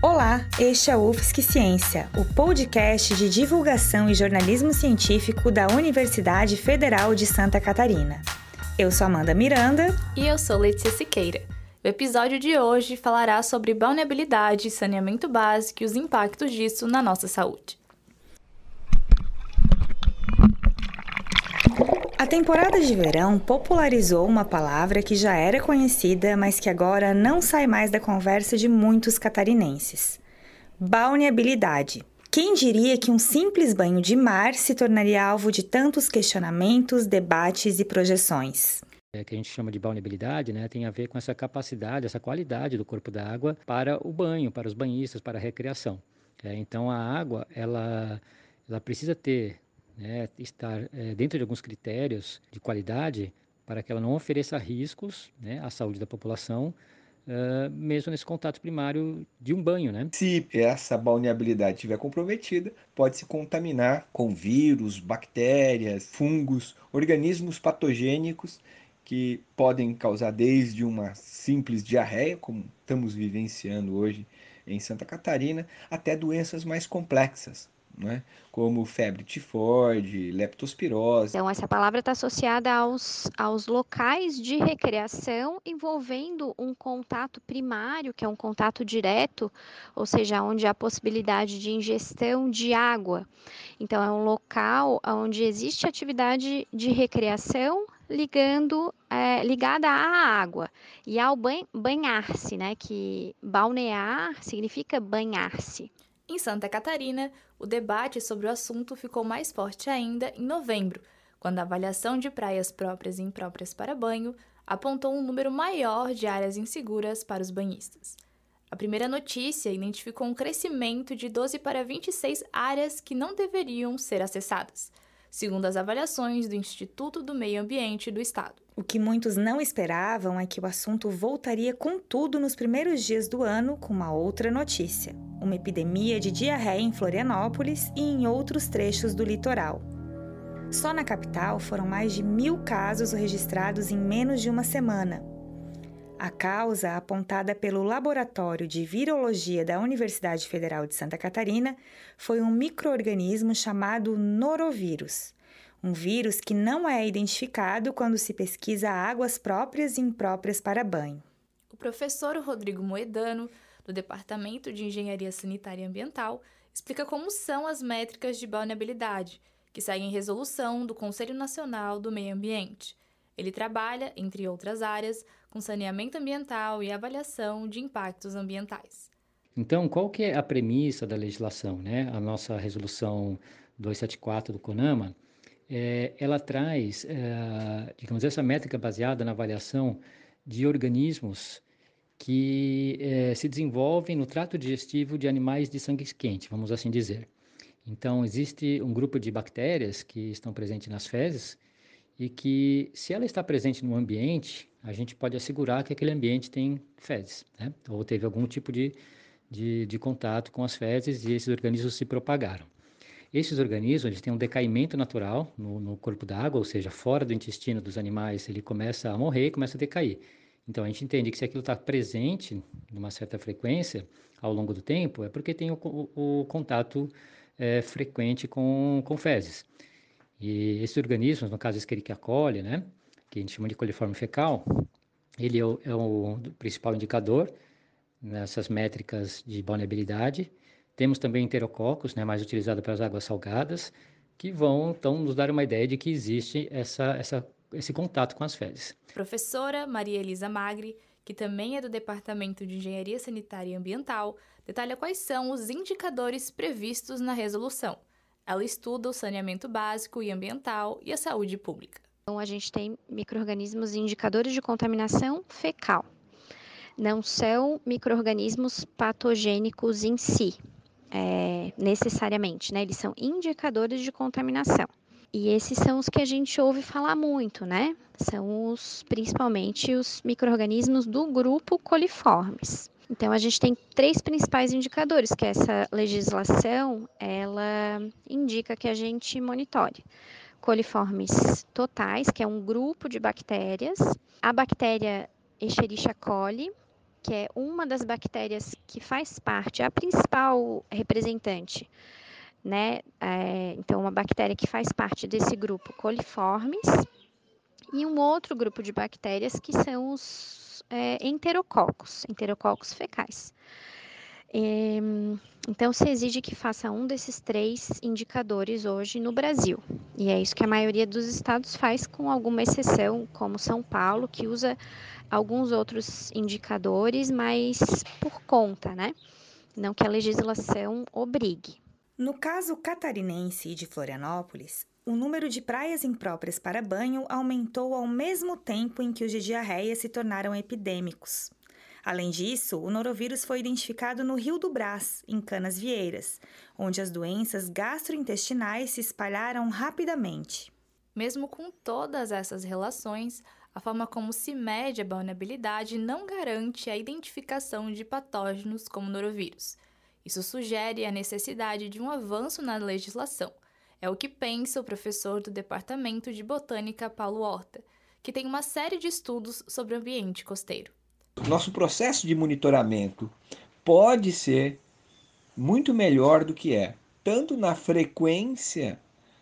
Olá, este é o UFSC Ciência, o podcast de divulgação e jornalismo científico da Universidade Federal de Santa Catarina. Eu sou Amanda Miranda. E eu sou Letícia Siqueira. O episódio de hoje falará sobre balneabilidade, saneamento básico e os impactos disso na nossa saúde. A temporada de verão popularizou uma palavra que já era conhecida, mas que agora não sai mais da conversa de muitos catarinenses. Balneabilidade. Quem diria que um simples banho de mar se tornaria alvo de tantos questionamentos, debates e projeções? Que a gente chama de balneabilidade, né, tem a ver com essa capacidade, essa qualidade do corpo da água para o banho, para os banhistas, para a recreação. Então, a água, ela precisa ter, estar dentro de alguns critérios de qualidade para que ela não ofereça riscos, à saúde da população, mesmo nesse contato primário de um banho, né? Se essa balneabilidade estiver comprometida, pode se contaminar com vírus, bactérias, fungos, organismos patogênicos que podem causar desde uma simples diarreia, como estamos vivenciando hoje em Santa Catarina, até doenças mais complexas, como febre tifoide, leptospirose. Então, essa palavra está associada aos locais de recreação envolvendo um contato primário, que é um contato direto, ou seja, onde há possibilidade de ingestão de água. Então, é um local onde existe atividade de recreação ligada à água e ao banhar-se, que balnear significa banhar-se. Em Santa Catarina, o debate sobre o assunto ficou mais forte ainda em novembro, quando a avaliação de praias próprias e impróprias para banho apontou um número maior de áreas inseguras para os banhistas. A primeira notícia identificou um crescimento de 12 para 26 áreas que não deveriam ser acessadas, segundo as avaliações do Instituto do Meio Ambiente do Estado. O que muitos não esperavam é que o assunto voltaria com tudo nos primeiros dias do ano com uma outra notícia: uma epidemia de diarreia em Florianópolis e em outros trechos do litoral. Só na capital foram mais de 1.000 casos registrados em menos de uma semana. A causa, apontada pelo Laboratório de Virologia da Universidade Federal de Santa Catarina, foi um micro-organismo chamado norovírus, um vírus que não é identificado quando se pesquisa águas próprias e impróprias para banho. O professor Rodrigo Moedano, do Departamento de Engenharia Sanitária e Ambiental, explica como são as métricas de balneabilidade, que seguem resolução do Conselho Nacional do Meio Ambiente. Ele trabalha, entre outras áreas, com saneamento ambiental e avaliação de impactos ambientais. Então, qual que é a premissa da legislação, A nossa resolução 274 do CONAMA, ela traz, digamos, essa métrica baseada na avaliação de organismos que se desenvolvem no trato digestivo de animais de sangue quente, vamos assim dizer. Então, existe um grupo de bactérias que estão presentes nas fezes e que, se ela está presente no ambiente, a gente pode assegurar que aquele ambiente tem fezes, ou teve algum tipo de contato com as fezes e esses organismos se propagaram. Esses organismos eles têm um decaimento natural no corpo da água, ou seja, fora do intestino dos animais, ele começa a morrer e começa a decair. Então, a gente entende que se aquilo está presente numa certa frequência ao longo do tempo, é porque tem o contato frequente com fezes. E esses organismos, no caso Escherichia coli, que a gente chama de coliforme fecal, ele é o principal indicador nessas métricas de balneabilidade. Temos também enterococos, mais utilizado para as águas salgadas, que vão, então, nos dar uma ideia de que existe esse contato com as fezes. Professora Maria Elisa Magri, que também é do Departamento de Engenharia Sanitária e Ambiental, detalha quais são os indicadores previstos na resolução. Ela estuda o saneamento básico e ambiental e a saúde pública. Então, a gente tem micro-organismos indicadores de contaminação fecal. Não são micro-organismos patogênicos em si, necessariamente, Eles são indicadores de contaminação. E esses são os que a gente ouve falar muito, São principalmente os micro-organismos do grupo coliformes. Então, a gente tem 3 principais indicadores que essa legislação, ela indica que a gente monitore. Coliformes totais, que é um grupo de bactérias, a bactéria Escherichia coli, que é uma das bactérias que faz parte, a principal representante, né? Então, uma bactéria que faz parte desse grupo Coliformes, e um outro grupo de bactérias que são os enterococos fecais. Então, se exige que faça um desses 3 indicadores hoje no Brasil. E é isso que a maioria dos estados faz, com alguma exceção, como São Paulo, que usa alguns outros indicadores, mas por conta, né? Não que a legislação obrigue. No caso catarinense e de Florianópolis, o número de praias impróprias para banho aumentou ao mesmo tempo em que os de diarreia se tornaram epidêmicos. Além disso, o norovírus foi identificado no Rio do Brás, em Canasvieiras, onde as doenças gastrointestinais se espalharam rapidamente. Mesmo com todas essas relações, a forma como se mede a balneabilidade não garante a identificação de patógenos como norovírus. Isso sugere a necessidade de um avanço na legislação. É o que pensa o professor do Departamento de Botânica, Paulo Horta, que tem uma série de estudos sobre o ambiente costeiro. Nosso processo de monitoramento pode ser muito melhor do que é, tanto na frequência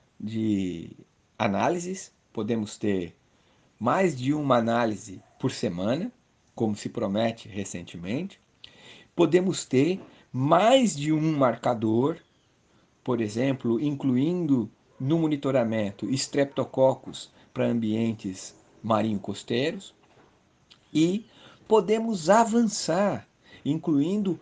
de análises, podemos ter mais de uma análise por semana, como se promete recentemente, podemos ter mais de um marcador, por exemplo, incluindo no monitoramento Streptococcus para ambientes marinho-costeiros, e podemos avançar, incluindo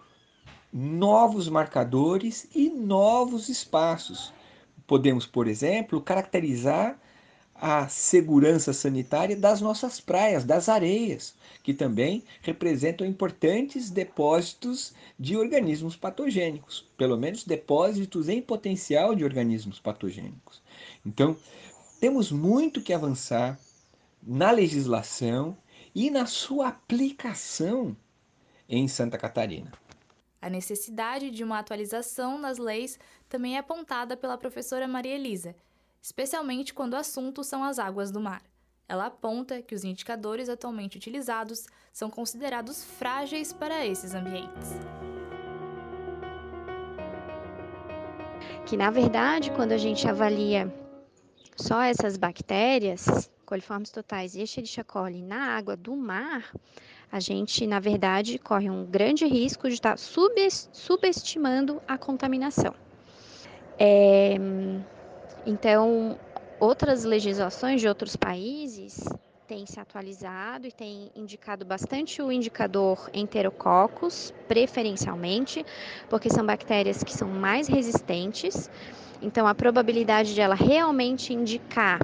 novos marcadores e novos espaços. Podemos, por exemplo, caracterizar a segurança sanitária das nossas praias, das areias, que também representam importantes depósitos de organismos patogênicos, pelo menos depósitos em potencial de organismos patogênicos. Então, temos muito que avançar na legislação e na sua aplicação em Santa Catarina. A necessidade de uma atualização nas leis também é apontada pela professora Maria Elisa, especialmente quando o assunto são as águas do mar. Ela aponta que os indicadores atualmente utilizados são considerados frágeis para esses ambientes. Que, na verdade, quando a gente avalia só essas bactérias, coliformes totais e Escherichia coli, na água do mar, a gente, na verdade, corre um grande risco de estar subestimando a contaminação. Então, outras legislações de outros países têm se atualizado e têm indicado bastante o indicador Enterococcus, preferencialmente, porque são bactérias que são mais resistentes. Então, a probabilidade de ela realmente indicar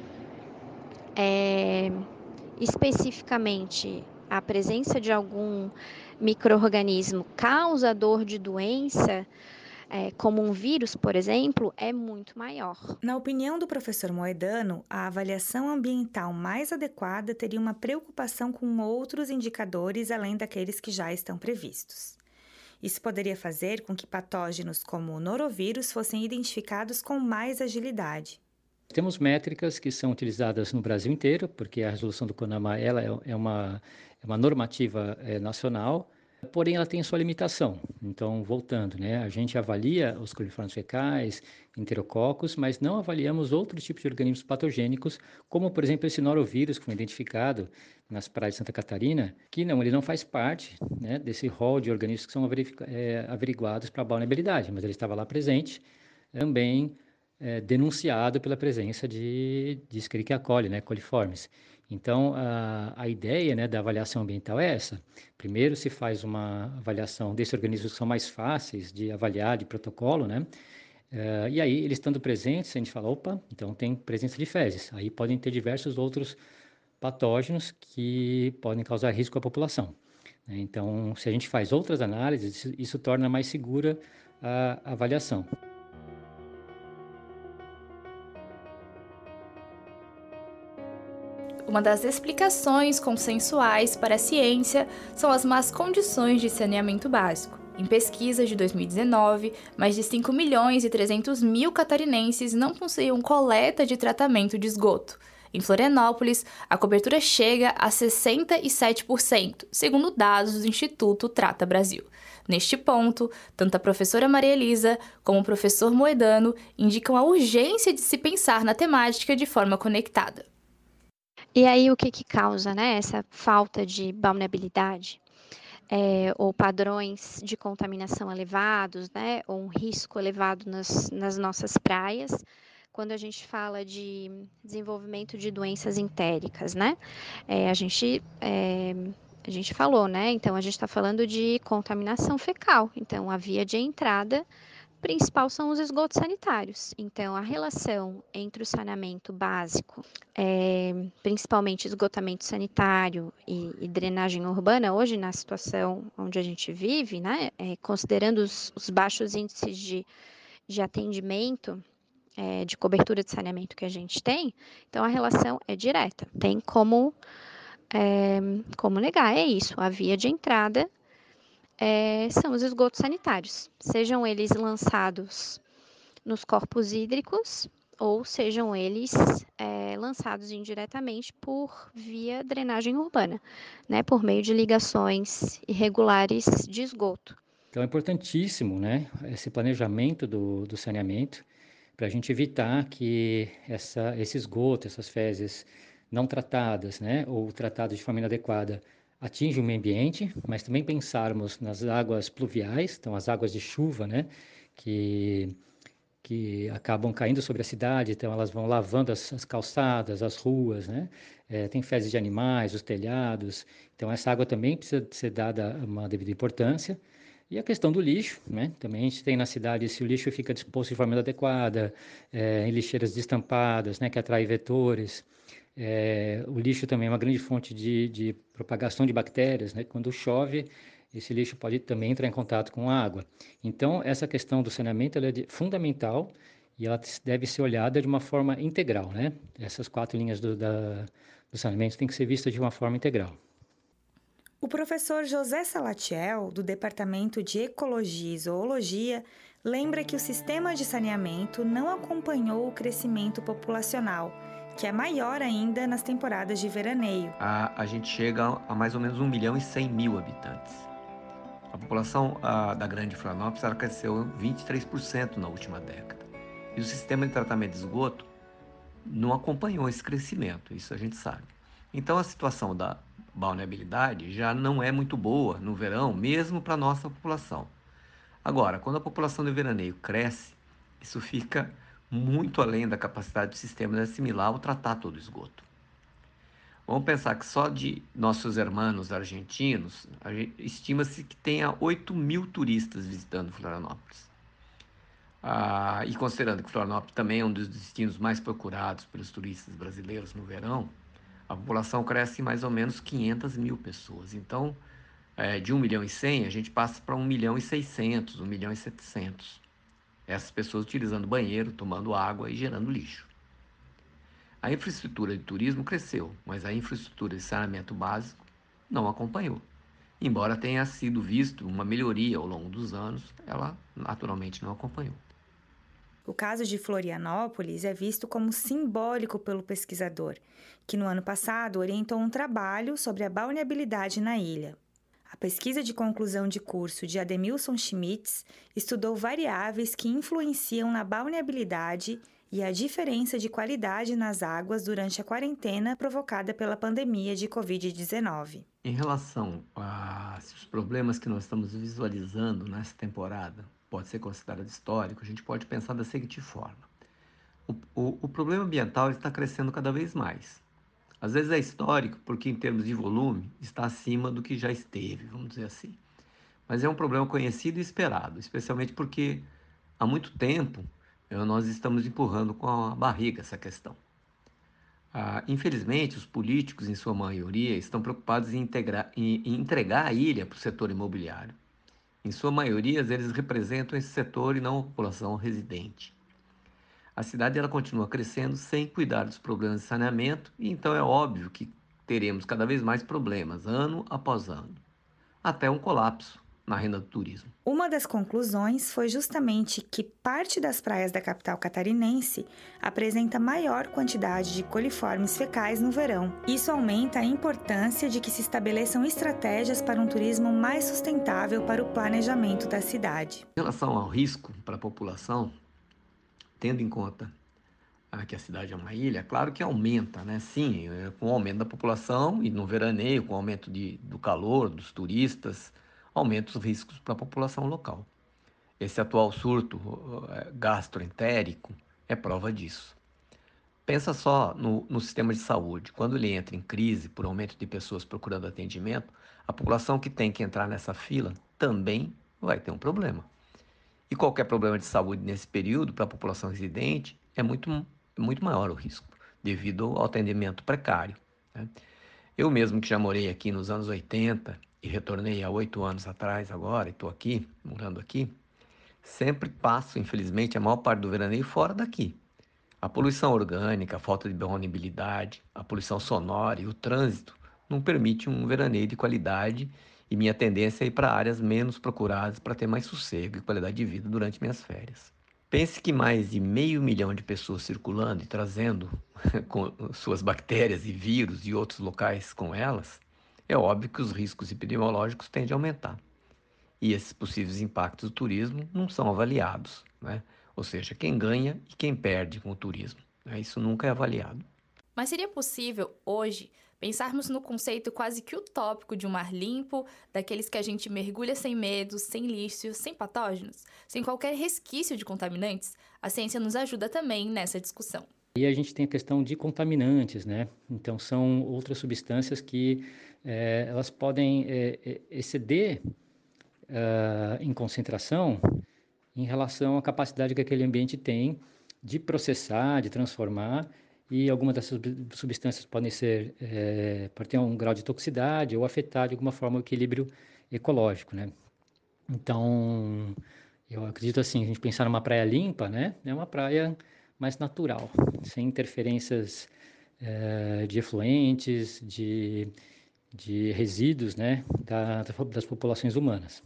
especificamente a presença de algum micro-organismo causador de doença, como um vírus, por exemplo, é muito maior. Na opinião do professor Moedano, a avaliação ambiental mais adequada teria uma preocupação com outros indicadores além daqueles que já estão previstos. Isso poderia fazer com que patógenos como o norovírus fossem identificados com mais agilidade. Temos métricas que são utilizadas no Brasil inteiro, porque a resolução do CONAMA ela é uma normativa nacional, porém ela tem sua limitação. Então, voltando, né, a gente avalia os coliformes fecais, enterococos, mas não avaliamos outros tipos de organismos patogênicos, como, por exemplo, esse norovírus que foi identificado nas praias de Santa Catarina, que ele não faz parte, né, desse rol de organismos que são averiguados para a balneabilidade, mas ele estava lá presente, também denunciado pela presença de Escherichia coli, né, coliformes. Então, a ideia, né, da avaliação ambiental é essa. Primeiro se faz uma avaliação desses organismos que são mais fáceis de avaliar, de protocolo, né? E aí, eles estando presentes, a gente fala, opa, então tem presença de fezes. Aí podem ter diversos outros patógenos que podem causar risco à população. Então, se a gente faz outras análises, isso torna mais segura a avaliação. Uma das explicações consensuais para a ciência são as más condições de saneamento básico. Em pesquisas de 2019, mais de 5.300.000 catarinenses não possuíam coleta de tratamento de esgoto. Em Florianópolis, a cobertura chega a 67%, segundo dados do Instituto Trata Brasil. Neste ponto, tanto a professora Maria Elisa como o professor Moedano indicam a urgência de se pensar na temática de forma conectada. E aí, o que causa, né, essa falta de vulnerabilidade? Ou padrões de contaminação elevados, né, ou um risco elevado nas nossas praias, quando a gente fala de desenvolvimento de doenças entéricas, né? A gente falou, né? Então, a gente está falando de contaminação fecal. Então, a via de entrada principal são os esgotos sanitários. Então, a relação entre o saneamento básico, principalmente esgotamento sanitário e drenagem urbana, hoje na situação onde a gente vive, né, considerando os baixos índices de atendimento, de cobertura de saneamento que a gente tem, então a relação é direta. Tem como negar, é isso, a via de entrada são os esgotos sanitários, sejam eles lançados nos corpos hídricos ou sejam eles lançados indiretamente por via drenagem urbana, né, por meio de ligações irregulares de esgoto. Então é importantíssimo, né, esse planejamento do saneamento para a gente evitar que esse esgoto, essas fezes não tratadas, né, ou tratadas de forma inadequada, atinjam o meio ambiente, mas também pensarmos nas águas pluviais, então as águas de chuva, né, que acabam caindo sobre a cidade, então elas vão lavando as calçadas, as ruas, né? Tem fezes de animais, os telhados, então essa água também precisa ser dada uma devida importância. E a questão do lixo, né? Também a gente tem na cidade, se o lixo fica disposto de forma inadequada, em lixeiras destampadas, né, que atraem vetores. O lixo também é uma grande fonte de propagação de bactérias, né? Quando chove, esse lixo pode também entrar em contato com a água. Então, essa questão do saneamento ela é fundamental e ela deve ser olhada de uma forma integral, né? Essas 4 linhas do saneamento têm que ser vistas de uma forma integral. O professor José Salatiel, do Departamento de Ecologia e Zoologia, lembra que o sistema de saneamento não acompanhou o crescimento populacional, que é maior ainda nas temporadas de veraneio. A gente chega a mais ou menos 1.100.000 habitantes. A população da Grande Florianópolis ela cresceu 23% na última década. E o sistema de tratamento de esgoto não acompanhou esse crescimento, isso a gente sabe. Então a situação da vulnerabilidade já não é muito boa no verão, mesmo para a nossa população. Agora, quando a população de veraneio cresce, isso fica muito além da capacidade do sistema de assimilar ou tratar todo o esgoto. Vamos pensar que só de nossos irmãos argentinos, estima-se que tenha 8.000 turistas visitando Florianópolis. E considerando que Florianópolis também é um dos destinos mais procurados pelos turistas brasileiros no verão, a população cresce em mais ou menos 500.000 pessoas. Então, de 1.100.000, a gente passa para 1.600.000, 1.700.000. Essas pessoas utilizando banheiro, tomando água e gerando lixo. A infraestrutura de turismo cresceu, mas a infraestrutura de saneamento básico não acompanhou. Embora tenha sido visto uma melhoria ao longo dos anos, ela naturalmente não acompanhou. O caso de Florianópolis é visto como simbólico pelo pesquisador, que no ano passado orientou um trabalho sobre a balneabilidade na ilha. A pesquisa de conclusão de curso de Ademilson Schmitz estudou variáveis que influenciam na balneabilidade e a diferença de qualidade nas águas durante a quarentena provocada pela pandemia de Covid-19. Em relação aos problemas que nós estamos visualizando nessa temporada, pode ser considerado histórico, a gente pode pensar da seguinte forma. O problema ambiental está crescendo cada vez mais. Às vezes é histórico porque, em termos de volume, está acima do que já esteve, vamos dizer assim. Mas é um problema conhecido e esperado, especialmente porque há muito tempo nós estamos empurrando com a barriga essa questão. Infelizmente, os políticos, em sua maioria, estão preocupados em entregar a ilha para o setor imobiliário. Em sua maioria, eles representam esse setor e não a população residente. A cidade ela continua crescendo sem cuidar dos problemas de saneamento e então é óbvio que teremos cada vez mais problemas, ano após ano, até um colapso na renda do turismo. Uma das conclusões foi justamente que parte das praias da capital catarinense apresenta maior quantidade de coliformes fecais no verão. Isso aumenta a importância de que se estabeleçam estratégias para um turismo mais sustentável para o planejamento da cidade. Em relação ao risco para a população, tendo em conta que a cidade é uma ilha, claro que aumenta, né? Sim, com o aumento da população e no veraneio, com o aumento do calor, dos turistas, aumenta os riscos para a população local. Esse atual surto gastroentérico é prova disso. Pensa só no sistema de saúde. Quando ele entra em crise por aumento de pessoas procurando atendimento, a população que tem que entrar nessa fila também vai ter um problema. E qualquer problema de saúde nesse período para a população residente é muito maior o risco, devido ao atendimento precário, né? Eu mesmo que já morei aqui nos anos 80 e retornei há 8 anos atrás agora, e estou aqui, morando aqui, sempre passo, infelizmente, a maior parte do veraneio fora daqui. A poluição orgânica, a falta de disponibilidade, a poluição sonora e o trânsito não permite um veraneio de qualidade e minha tendência é ir para áreas menos procuradas para ter mais sossego e qualidade de vida durante minhas férias. Pense que mais de 500 mil de pessoas circulando e trazendo com suas bactérias e vírus e outros locais com elas, é óbvio que os riscos epidemiológicos tendem a aumentar. E esses possíveis impactos do turismo não são avaliados, né? Ou seja, quem ganha e quem perde com o turismo, né? Isso nunca é avaliado. Mas seria possível, hoje, pensarmos no conceito quase que utópico de um mar limpo, daqueles que a gente mergulha sem medo, sem lixo, sem patógenos, sem qualquer resquício de contaminantes? A ciência nos ajuda também nessa discussão. E a gente tem a questão de contaminantes, né? Então, são outras substâncias que elas podem exceder em concentração em relação à capacidade que aquele ambiente tem de processar, de transformar, e algumas dessas substâncias podem pode ter um grau de toxicidade ou afetar de alguma forma o equilíbrio ecológico, né? Então, eu acredito assim, a gente pensar numa praia limpa, né? É uma praia mais natural, sem interferências de efluentes, de resíduos, né? Das populações humanas.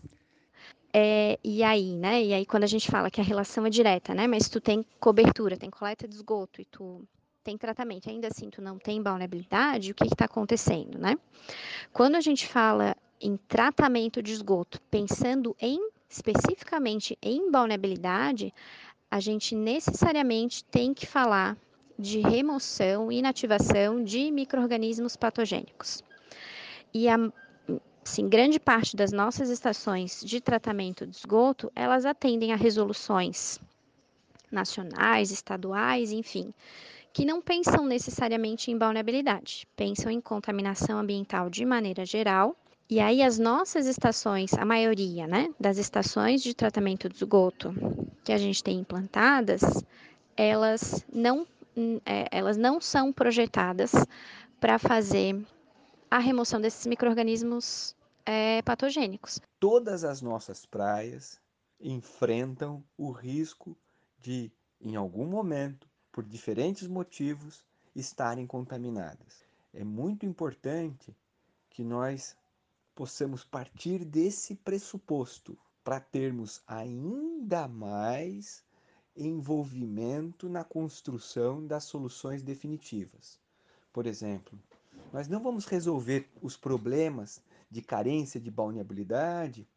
E aí, né? E aí quando a gente fala que a relação é direta, né? Mas tu tem cobertura, tem coleta de esgoto e tu tem tratamento, ainda assim tu não tem vulnerabilidade, o que está acontecendo, né? Quando a gente fala em tratamento de esgoto, pensando especificamente em vulnerabilidade, a gente necessariamente tem que falar de remoção e inativação de micro-organismos patogênicos. E sim, grande parte das nossas estações de tratamento de esgoto, elas atendem a resoluções nacionais, estaduais, enfim, que não pensam necessariamente em vulnerabilidade, pensam em contaminação ambiental de maneira geral. E aí as nossas estações, a maioria, né, das estações de tratamento de esgoto que a gente tem implantadas, elas não são projetadas para fazer a remoção desses micro-organismos patogênicos. Todas as nossas praias enfrentam o risco de, em algum momento, por diferentes motivos, estarem contaminadas. É muito importante que nós possamos partir desse pressuposto para termos ainda mais envolvimento na construção das soluções definitivas. Por exemplo, nós não vamos resolver os problemas de carência de balneabilidade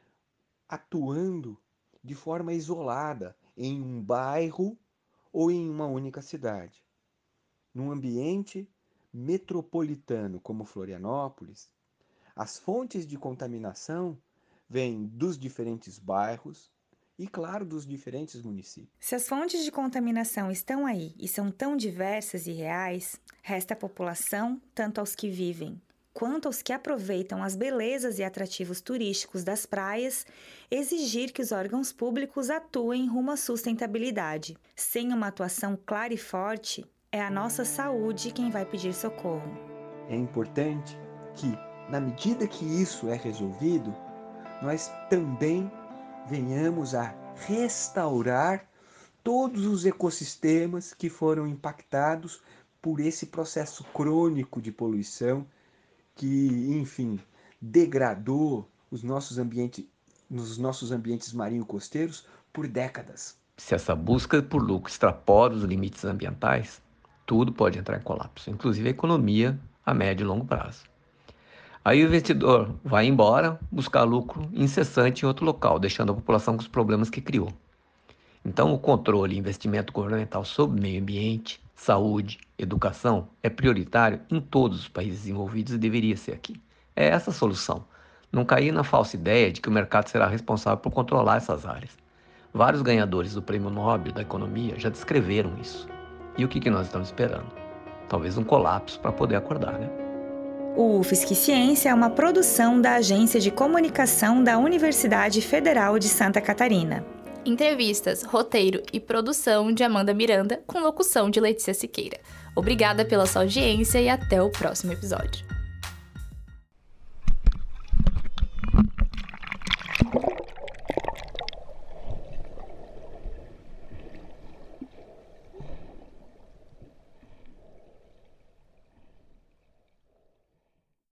atuando de forma isolada em um bairro ou em uma única cidade. Num ambiente metropolitano como Florianópolis, as fontes de contaminação vêm dos diferentes bairros e, claro, dos diferentes municípios. Se as fontes de contaminação estão aí e são tão diversas e reais, resta à população, tanto aos que vivem quanto aos que aproveitam as belezas e atrativos turísticos das praias, exigir que os órgãos públicos atuem rumo à sustentabilidade. Sem uma atuação clara e forte, é a nossa saúde quem vai pedir socorro. É importante que, na medida que isso é resolvido, nós também venhamos a restaurar todos os ecossistemas que foram impactados por esse processo crônico de poluição que, enfim, degradou os nossos ambientes nos nossos ambientes marinho-costeiros por décadas. Se essa busca por lucro extrapola os limites ambientais, tudo pode entrar em colapso, inclusive a economia a médio e longo prazo. Aí o investidor vai embora buscar lucro incessante em outro local, deixando a população com os problemas que criou. Então, o controle e investimento governamental sobre meio ambiente, saúde, educação é prioritário em todos os países envolvidos e deveria ser aqui. É essa a solução. Não cair na falsa ideia de que o mercado será responsável por controlar essas áreas. Vários ganhadores do Prêmio Nobel da Economia já descreveram isso. E o que nós estamos esperando? Talvez um colapso para poder acordar, né? O UFSC Ciência é uma produção da Agência de Comunicação da Universidade Federal de Santa Catarina. Entrevistas, roteiro e produção de Amanda Miranda, com locução de Letícia Siqueira. Obrigada pela sua audiência e até o próximo episódio.